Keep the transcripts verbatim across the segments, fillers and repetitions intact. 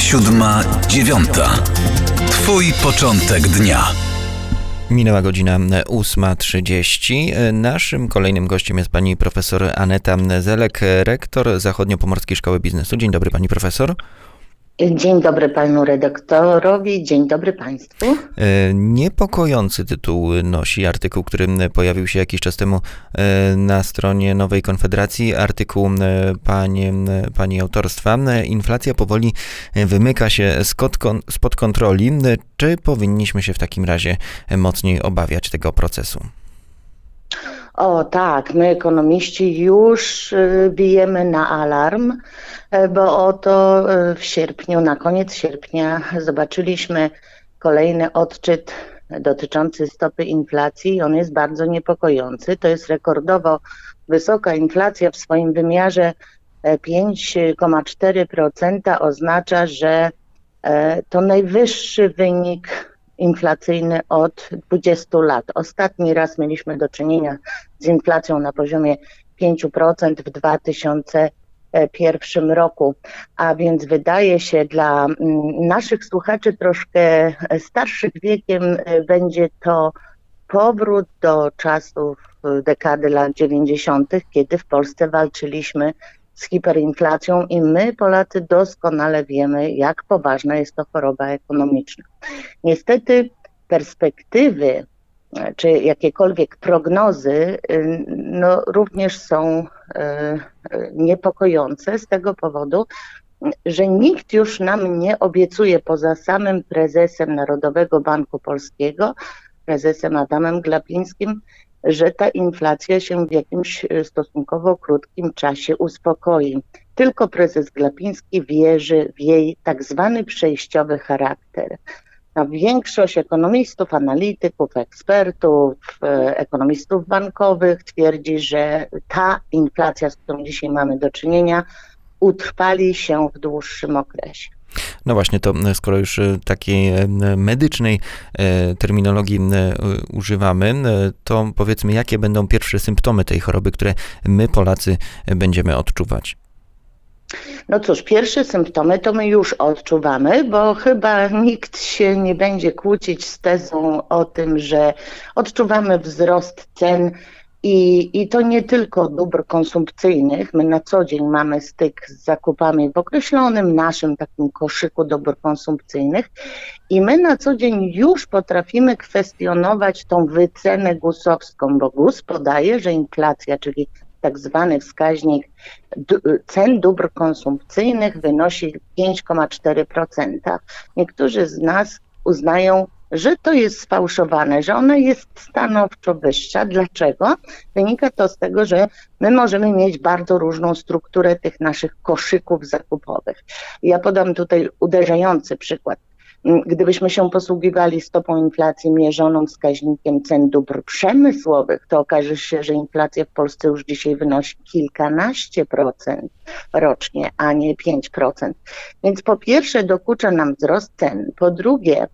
Siódma, dziewiąta. Twój początek dnia. Minęła godzina ósma trzydzieści. Naszym kolejnym gościem jest pani profesor Aneta Zelek, rektor Zachodniopomorskiej Szkoły Biznesu. Dzień dobry pani profesor. Dzień dobry panu redaktorowi, dzień dobry państwu. Niepokojący tytuł nosi artykuł, który pojawił się jakiś czas temu na stronie Nowej Konfederacji. Artykuł pani, pani autorstwa. Inflacja powoli wymyka się spod kontroli. Czy powinniśmy się w takim razie mocniej obawiać tego procesu? O tak, my ekonomiści już bijemy na alarm, bo oto w sierpniu, na koniec sierpnia zobaczyliśmy kolejny odczyt dotyczący stopy inflacji i on jest bardzo niepokojący. To jest rekordowo wysoka inflacja w swoim wymiarze pięć przecinek cztery procent, oznacza, że to najwyższy wynik inflacyjny od dwudziestu lat. Ostatni raz mieliśmy do czynienia z inflacją na poziomie pięć procent w dwa tysiące pierwszym roku, a więc wydaje się dla naszych słuchaczy troszkę starszych wiekiem będzie to powrót do czasów dekady lat dziewięćdziesiątych, kiedy w Polsce walczyliśmy z hiperinflacją i my, Polacy, doskonale wiemy, jak poważna jest to choroba ekonomiczna. Niestety perspektywy, czy jakiekolwiek prognozy, no, również są niepokojące z tego powodu, że nikt już nam nie obiecuje poza samym prezesem Narodowego Banku Polskiego, prezesem Adamem Glapińskim, że ta inflacja się w jakimś stosunkowo krótkim czasie uspokoi. Tylko prezes Glapiński wierzy w jej tak zwany przejściowy charakter. No, większość ekonomistów, analityków, ekspertów, ekonomistów bankowych twierdzi, że ta inflacja, z którą dzisiaj mamy do czynienia, utrwali się w dłuższym okresie. No właśnie, to skoro już takiej medycznej terminologii używamy, to powiedzmy, jakie będą pierwsze symptomy tej choroby, które my, Polacy, będziemy odczuwać? No cóż, pierwsze symptomy to my już odczuwamy, bo chyba nikt się nie będzie kłócić z tezą o tym, że odczuwamy wzrost cen i, i to nie tylko dóbr konsumpcyjnych. My na co dzień mamy styk z zakupami w określonym naszym takim koszyku dóbr konsumpcyjnych i my na co dzień już potrafimy kwestionować tą wycenę gusowską, bo GUS podaje, że inflacja, czyli tak zwany wskaźnik cen dóbr konsumpcyjnych wynosi pięć przecinek cztery procent. Niektórzy z nas uznają, że to jest sfałszowane, że ona jest stanowczo wyższa. Dlaczego? Wynika to z tego, że my możemy mieć bardzo różną strukturę tych naszych koszyków zakupowych. Ja podam tutaj uderzający przykład. Gdybyśmy się posługiwali stopą inflacji mierzoną wskaźnikiem cen dóbr przemysłowych, to okaże się, że inflacja w Polsce już dzisiaj wynosi kilkanaście procent rocznie, a nie pięć procent. Więc po pierwsze dokucza nam wzrost cen, po drugie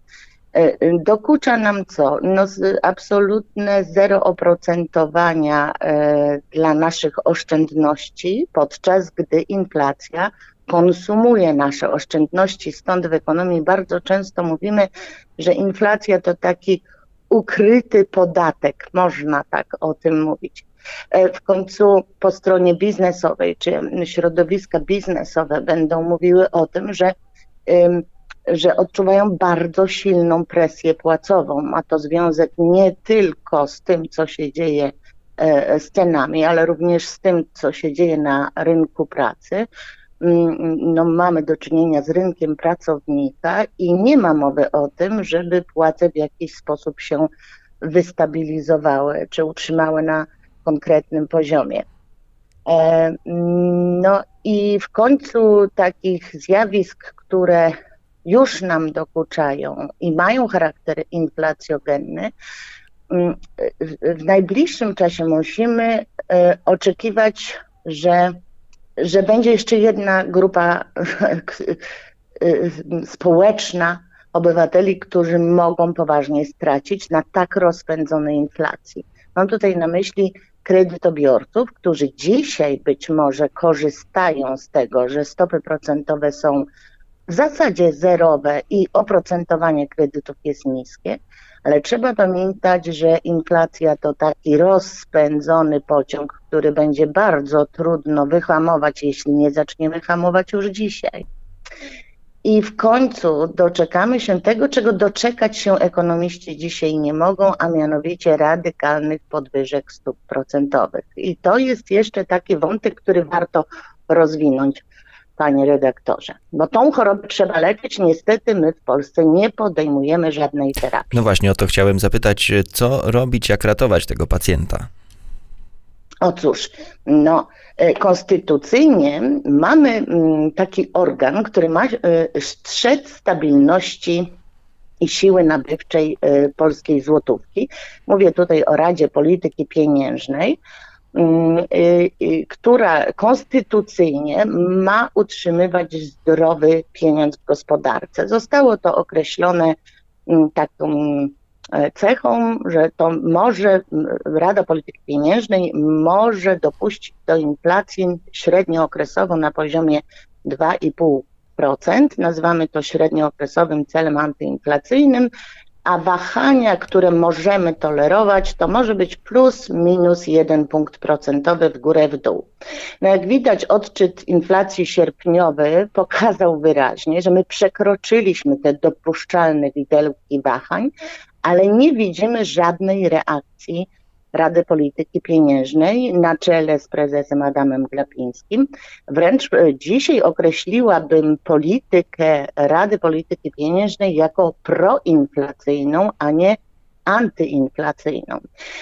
dokucza nam co? No absolutne zero oprocentowania dla naszych oszczędności, podczas gdy inflacja konsumuje nasze oszczędności. Stąd w ekonomii bardzo często mówimy, że inflacja to taki ukryty podatek, można tak o tym mówić. W końcu po stronie biznesowej, czy środowiska biznesowe będą mówiły o tym, że, że odczuwają bardzo silną presję płacową. Ma to związek nie tylko z tym, co się dzieje z cenami, ale również z tym, co się dzieje na rynku pracy. No, mamy do czynienia z rynkiem pracownika i nie ma mowy o tym, żeby płace w jakiś sposób się wystabilizowały czy utrzymały na konkretnym poziomie. No i w końcu takich zjawisk, które już nam dokuczają i mają charakter inflacjogenny, w najbliższym czasie musimy oczekiwać, że że będzie jeszcze jedna grupa społeczna obywateli, którzy mogą poważnie stracić na tak rozpędzonej inflacji. Mam tutaj na myśli kredytobiorców, którzy dzisiaj być może korzystają z tego, że stopy procentowe są w zasadzie zerowe i oprocentowanie kredytów jest niskie, ale trzeba pamiętać, że inflacja to taki rozpędzony pociąg, który będzie bardzo trudno wyhamować, jeśli nie zaczniemy hamować już dzisiaj. I w końcu doczekamy się tego, czego doczekać się ekonomiści dzisiaj nie mogą, a mianowicie radykalnych podwyżek stóp procentowych. I to jest jeszcze taki wątek, który warto rozwinąć, panie redaktorze. Bo tą chorobę trzeba leczyć. Niestety my w Polsce nie podejmujemy żadnej terapii. No właśnie o to chciałem zapytać, co robić, jak ratować tego pacjenta? O cóż, no konstytucyjnie mamy taki organ, który ma strzec stabilności i siły nabywczej polskiej złotówki. Mówię tutaj o Radzie Polityki Pieniężnej, która konstytucyjnie ma utrzymywać zdrowy pieniądz w gospodarce. Zostało to określone taką cechą, że to może Rada Polityki Pieniężnej może dopuścić do inflacji średniookresowo na poziomie dwa i pół procent. Nazywamy to średniookresowym celem antyinflacyjnym, a wahania, które możemy tolerować, to może być plus minus jeden punkt procentowy w górę, w dół. No jak widać, odczyt inflacji sierpniowy pokazał wyraźnie, że my przekroczyliśmy te dopuszczalne widełki wahań, ale nie widzimy żadnej reakcji Rady Polityki Pieniężnej na czele z prezesem Adamem Glapińskim. Wręcz dzisiaj określiłabym politykę Rady Polityki Pieniężnej jako proinflacyjną, a nie antyinflacyjną.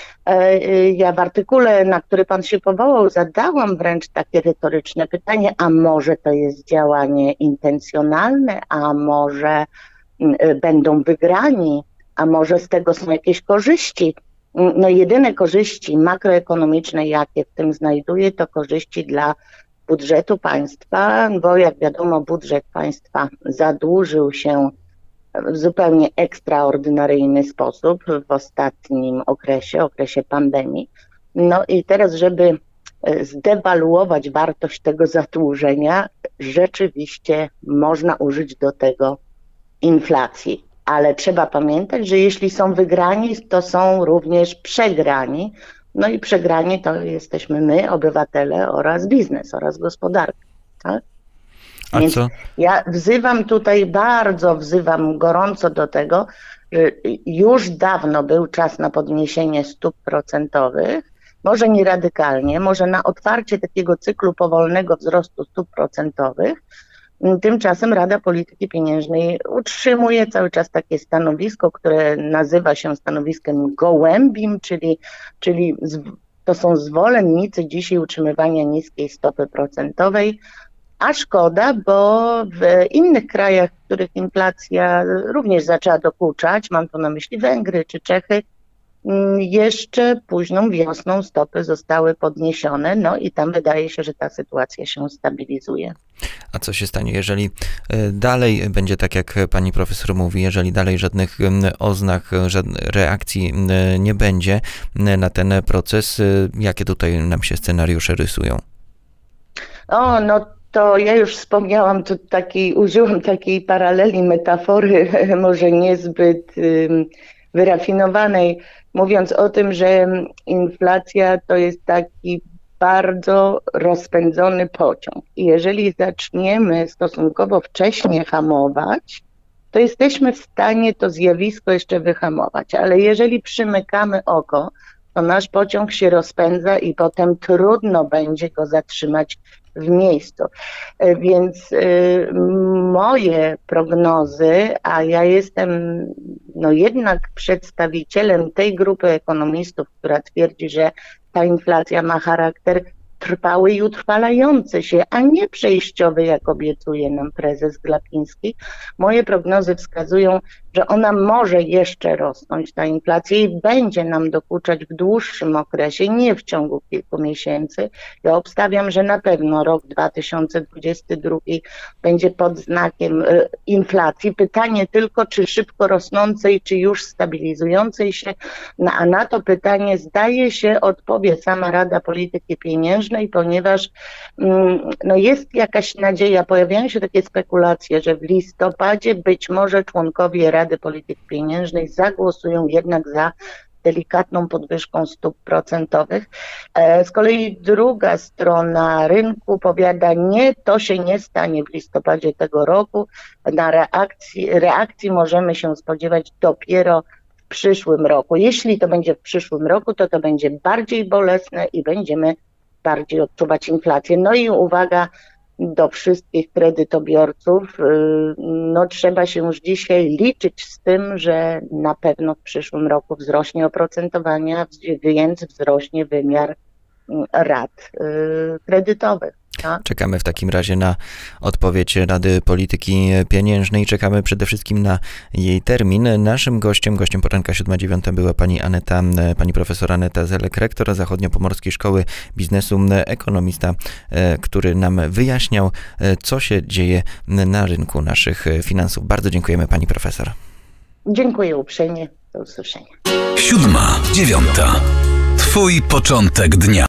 Ja w artykule, na który pan się powołał, zadałam wręcz takie retoryczne pytanie, a może to jest działanie intencjonalne, a może będą wygrani, a może z tego są jakieś korzyści. No jedyne korzyści makroekonomiczne, jakie w tym znajduję, to korzyści dla budżetu państwa, bo jak wiadomo, budżet państwa zadłużył się w zupełnie ekstraordynaryjny sposób w ostatnim okresie, okresie pandemii. No i teraz, żeby zdewaluować wartość tego zadłużenia, rzeczywiście można użyć do tego inflacji. Ale trzeba pamiętać, że jeśli są wygrani, to są również przegrani. No i przegrani to jesteśmy my, obywatele oraz biznes, oraz gospodarka. Tak? A Więc co? ja wzywam tutaj, bardzo wzywam gorąco do tego, że już dawno był czas na podniesienie stóp procentowych, może nie radykalnie, może na otwarcie takiego cyklu powolnego wzrostu stóp procentowych. Tymczasem Rada Polityki Pieniężnej utrzymuje cały czas takie stanowisko, które nazywa się stanowiskiem gołębim, czyli, czyli to są zwolennicy dzisiaj utrzymywania niskiej stopy procentowej, a szkoda, bo w innych krajach, w których inflacja również zaczęła dokuczać, mam tu na myśli Węgry czy Czechy, jeszcze późną wiosną stopy zostały podniesione, no i tam wydaje się, że ta sytuacja się stabilizuje. A co się stanie, jeżeli dalej będzie tak, jak pani profesor mówi, jeżeli dalej żadnych oznak, żadnej reakcji nie będzie na ten proces, jakie tutaj nam się scenariusze rysują? O, no to ja już wspomniałam, tu takiej, użyłam takiej paraleli, metafory, może niezbyt um, wyrafinowanej, mówiąc o tym, że inflacja to jest taki bardzo rozpędzony pociąg. I jeżeli zaczniemy stosunkowo wcześnie hamować, to jesteśmy w stanie to zjawisko jeszcze wyhamować. Ale jeżeli przymykamy oko, to nasz pociąg się rozpędza i potem trudno będzie go zatrzymać w miejscu. Więc y, moje prognozy, a ja jestem no jednak przedstawicielem tej grupy ekonomistów, która twierdzi, że ta inflacja ma charakter trwały i utrwalający się, a nie przejściowy, jak obiecuje nam prezes Glapiński. Moje prognozy wskazują, że ona może jeszcze rosnąć, ta inflacja, i będzie nam dokuczać w dłuższym okresie, nie w ciągu kilku miesięcy. Ja obstawiam, że na pewno rok dwa tysiące dwudziesty drugi będzie pod znakiem inflacji. Pytanie tylko, czy szybko rosnącej, czy już stabilizującej się, no, a na to pytanie zdaje się odpowie sama Rada Polityki Pieniężnej, pieniężnej, ponieważ no, jest jakaś nadzieja, pojawiają się takie spekulacje, że w listopadzie być może członkowie Rady Polityki Pieniężnej zagłosują jednak za delikatną podwyżką stóp procentowych. Z kolei druga strona rynku powiada, nie, to się nie stanie w listopadzie tego roku. Na reakcji, reakcji możemy się spodziewać dopiero w przyszłym roku. Jeśli to będzie w przyszłym roku, to to będzie bardziej bolesne i będziemy bardziej odczuwać inflację. No i uwaga do wszystkich kredytobiorców, no trzeba się już dzisiaj liczyć z tym, że na pewno w przyszłym roku wzrośnie oprocentowanie, więc wzrośnie wymiar rat kredytowych. Tak? Czekamy w takim razie na odpowiedź Rady Polityki Pieniężnej. Czekamy przede wszystkim na jej termin. Naszym gościem, gościem poranka siódma dziewiąta była pani Aneta, pani profesor Aneta Zelek, rektor Zachodniopomorskiej Szkoły Biznesu, ekonomista, który nam wyjaśniał, co się dzieje na rynku naszych finansów. Bardzo dziękujemy pani profesor. Dziękuję uprzejmie. Do usłyszenia. Siódma dziewiąta. Twój początek dnia.